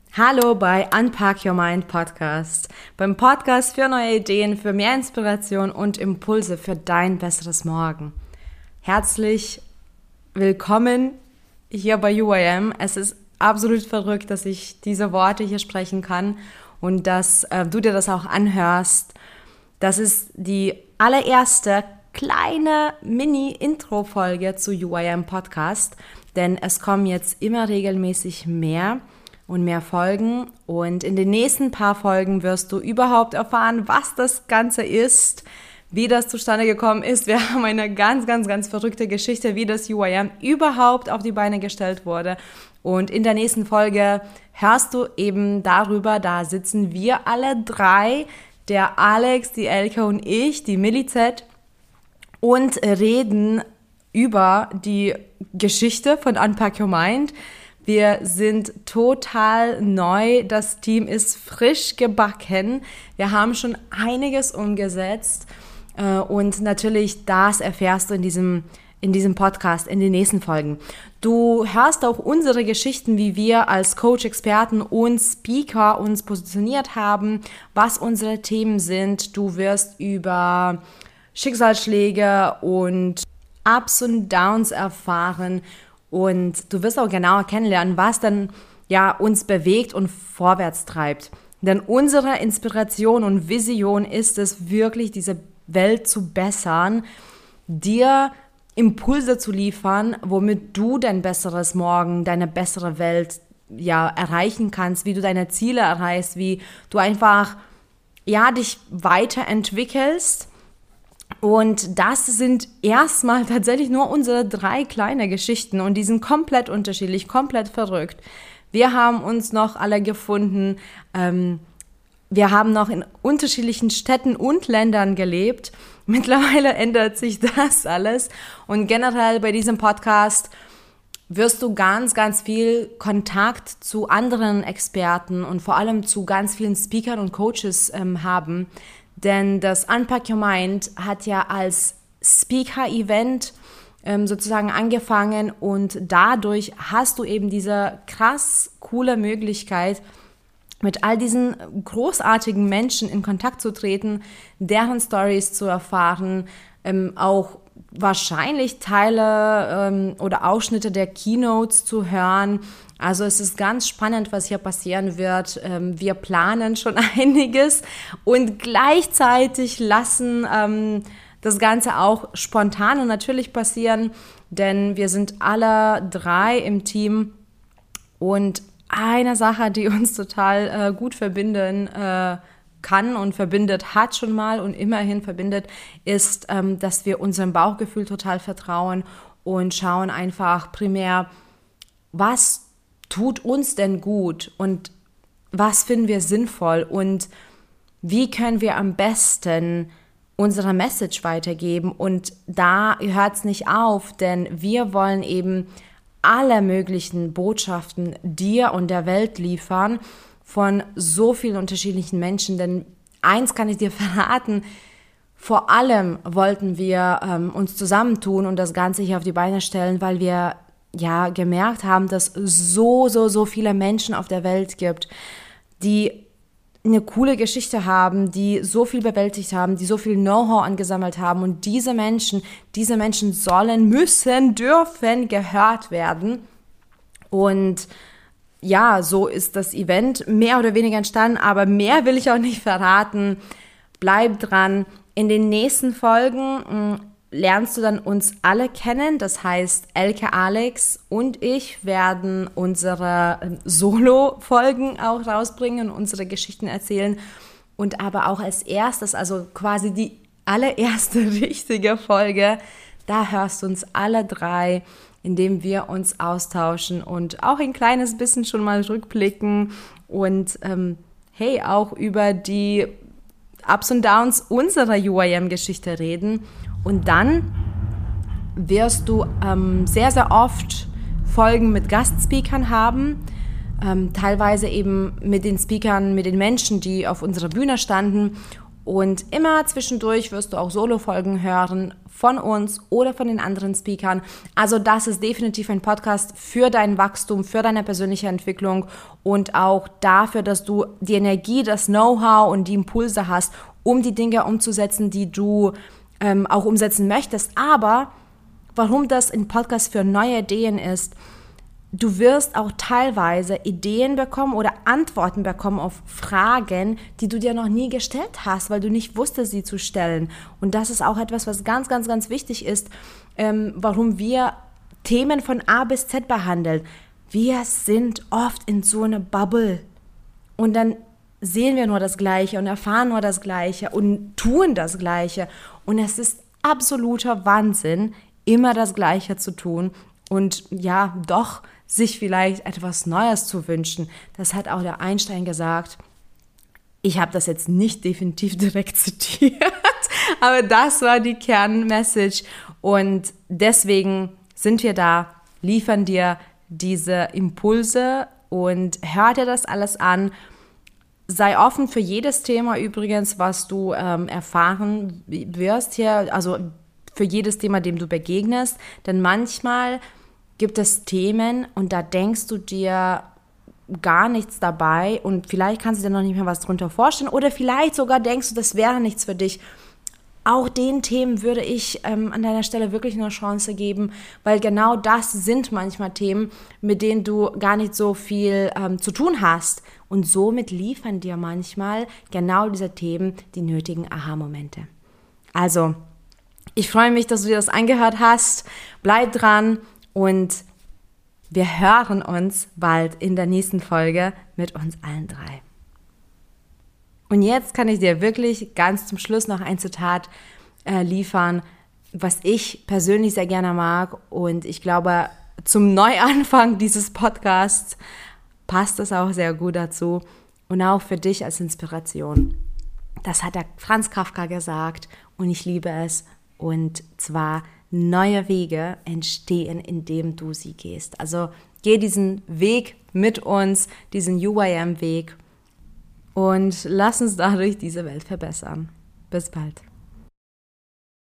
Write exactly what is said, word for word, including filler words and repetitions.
Hallo bei Unpack Your Mind Podcast, beim Podcast für neue Ideen, für mehr Inspiration und Impulse für dein besseres Morgen. Herzlich willkommen hier bei U I M. Es ist absolut verrückt, dass ich diese Worte hier sprechen kann und dass äh, du dir das auch anhörst. Das ist die allererste kleine Mini-Intro-Folge zu U I M Podcast, denn es kommen jetzt immer regelmäßig mehr und mehr Folgen und in den nächsten paar Folgen wirst du überhaupt erfahren, was das Ganze ist, wie das zustande gekommen ist. Wir haben eine ganz, ganz, ganz verrückte Geschichte, wie das U I M überhaupt auf die Beine gestellt wurde. Und in der nächsten Folge hörst du eben darüber, da sitzen wir alle drei, der Alex, die Elke und ich, die Millicet, und reden über die Geschichte von Unpack Your Mind. Wir sind total neu, das Team ist frisch gebacken, wir haben schon einiges umgesetzt und natürlich das erfährst du in diesem, in diesem Podcast, in den nächsten Folgen. Du hörst auch unsere Geschichten, wie wir als Coach-Experten und Speaker uns positioniert haben, was unsere Themen sind. Du wirst über Schicksalsschläge und Ups und Downs erfahren. Und du wirst auch genauer kennenlernen, was dann ja uns bewegt und vorwärts treibt. Denn unsere Inspiration und Vision ist es wirklich, diese Welt zu bessern, dir Impulse zu liefern, womit du dein besseres Morgen, deine bessere Welt ja erreichen kannst, wie du deine Ziele erreichst, wie du einfach ja dich weiterentwickelst. Und das sind erstmal tatsächlich nur unsere drei kleine Geschichten und die sind komplett unterschiedlich, komplett verrückt. Wir haben uns noch alle gefunden, ähm, wir haben noch in unterschiedlichen Städten und Ländern gelebt. Mittlerweile ändert sich das alles und generell bei diesem Podcast wirst du ganz, ganz viel Kontakt zu anderen Experten und vor allem zu ganz vielen Speakern und Coaches ähm, haben. Denn das Unpack Your Mind hat ja als Speaker-Event ähm, sozusagen angefangen und dadurch hast du eben diese krass coole Möglichkeit, mit all diesen großartigen Menschen in Kontakt zu treten, deren Stories zu erfahren, ähm, auch wahrscheinlich Teile ähm, oder Ausschnitte der Keynotes zu hören. Also es ist ganz spannend, was hier passieren wird. Ähm, wir planen schon einiges und gleichzeitig lassen ähm, das Ganze auch spontan und natürlich passieren, denn wir sind alle drei im Team und eine Sache, die uns total äh, gut verbinden äh, kann und verbindet hat schon mal und immerhin verbindet, ist, ähm, dass wir unserem Bauchgefühl total vertrauen und schauen einfach primär, was tut uns denn gut und was finden wir sinnvoll und wie können wir am besten unsere Message weitergeben. Und da hört es nicht auf, denn wir wollen eben alle möglichen Botschaften dir und der Welt liefern von so vielen unterschiedlichen Menschen, denn eins kann ich dir verraten, vor allem wollten wir ähm, uns zusammentun und das Ganze hier auf die Beine stellen, weil wir ja gemerkt haben, dass so, so, so viele Menschen auf der Welt gibt, die eine coole Geschichte haben, die so viel bewältigt haben, die so viel Know-how angesammelt haben und diese Menschen, diese Menschen sollen, müssen, dürfen gehört werden und ja, so ist das Event mehr oder weniger entstanden, aber mehr will ich auch nicht verraten. Bleib dran. In den nächsten Folgen mh, lernst du dann uns alle kennen. Das heißt, Elke, Alex und ich werden unsere äh, Solo-Folgen auch rausbringen und unsere Geschichten erzählen. Und aber auch als erstes, also quasi die allererste richtige Folge, da hörst du uns alle drei, indem wir uns austauschen und auch ein kleines bisschen schon mal rückblicken und ähm, hey, auch über die Ups und Downs unserer U I M-Geschichte reden. Und dann wirst du ähm, sehr, sehr oft Folgen mit Gastspeakern haben, ähm, teilweise eben mit den Speakern, mit den Menschen, die auf unserer Bühne standen. Und immer zwischendurch wirst du auch Solo-Folgen hören von uns oder von den anderen Speakern. Also das ist definitiv ein Podcast für dein Wachstum, für deine persönliche Entwicklung und auch dafür, dass du die Energie, das Know-how und die Impulse hast, um die Dinge umzusetzen, die du ähm, auch umsetzen möchtest. Aber warum das ein Podcast für neue Ideen ist, du wirst auch teilweise Ideen bekommen oder Antworten bekommen auf Fragen, die du dir noch nie gestellt hast, weil du nicht wusstest, sie zu stellen. Und das ist auch etwas, was ganz, ganz, ganz wichtig ist, ähm, warum wir Themen von A bis Z behandeln. Wir sind oft in so einer Bubble und dann sehen wir nur das Gleiche und erfahren nur das Gleiche und tun das Gleiche. Und es ist absoluter Wahnsinn, immer das Gleiche zu tun und ja, doch sich vielleicht etwas Neues zu wünschen. Das hat auch der Einstein gesagt. Ich habe das jetzt nicht definitiv direkt zitiert, aber das war die Kernmessage. Und deswegen sind wir da, liefern dir diese Impulse und hör dir das alles an. Sei offen für jedes Thema übrigens, was du ähm, erfahren wirst hier, also für jedes Thema, dem du begegnest. Denn manchmal gibt es Themen und da denkst du dir gar nichts dabei und vielleicht kannst du dir noch nicht mehr was drunter vorstellen oder vielleicht sogar denkst du, das wäre nichts für dich. Auch den Themen würde ich ähm, an deiner Stelle wirklich eine Chance geben, weil genau das sind manchmal Themen, mit denen du gar nicht so viel ähm, zu tun hast und somit liefern dir manchmal genau diese Themen die nötigen Aha-Momente. Also, ich freue mich, dass du dir das angehört hast. Bleib dran. Und wir hören uns bald in der nächsten Folge mit uns allen drei. Und jetzt kann ich dir wirklich ganz zum Schluss noch ein Zitat äh, liefern, was ich persönlich sehr gerne mag. Und ich glaube, zum Neuanfang dieses Podcasts passt es auch sehr gut dazu und auch für dich als Inspiration. Das hat der Franz Kafka gesagt und ich liebe es. Und zwar: Neue Wege entstehen, indem du sie gehst. Also geh diesen Weg mit uns, diesen U I M-Weg und lass uns dadurch diese Welt verbessern. Bis bald.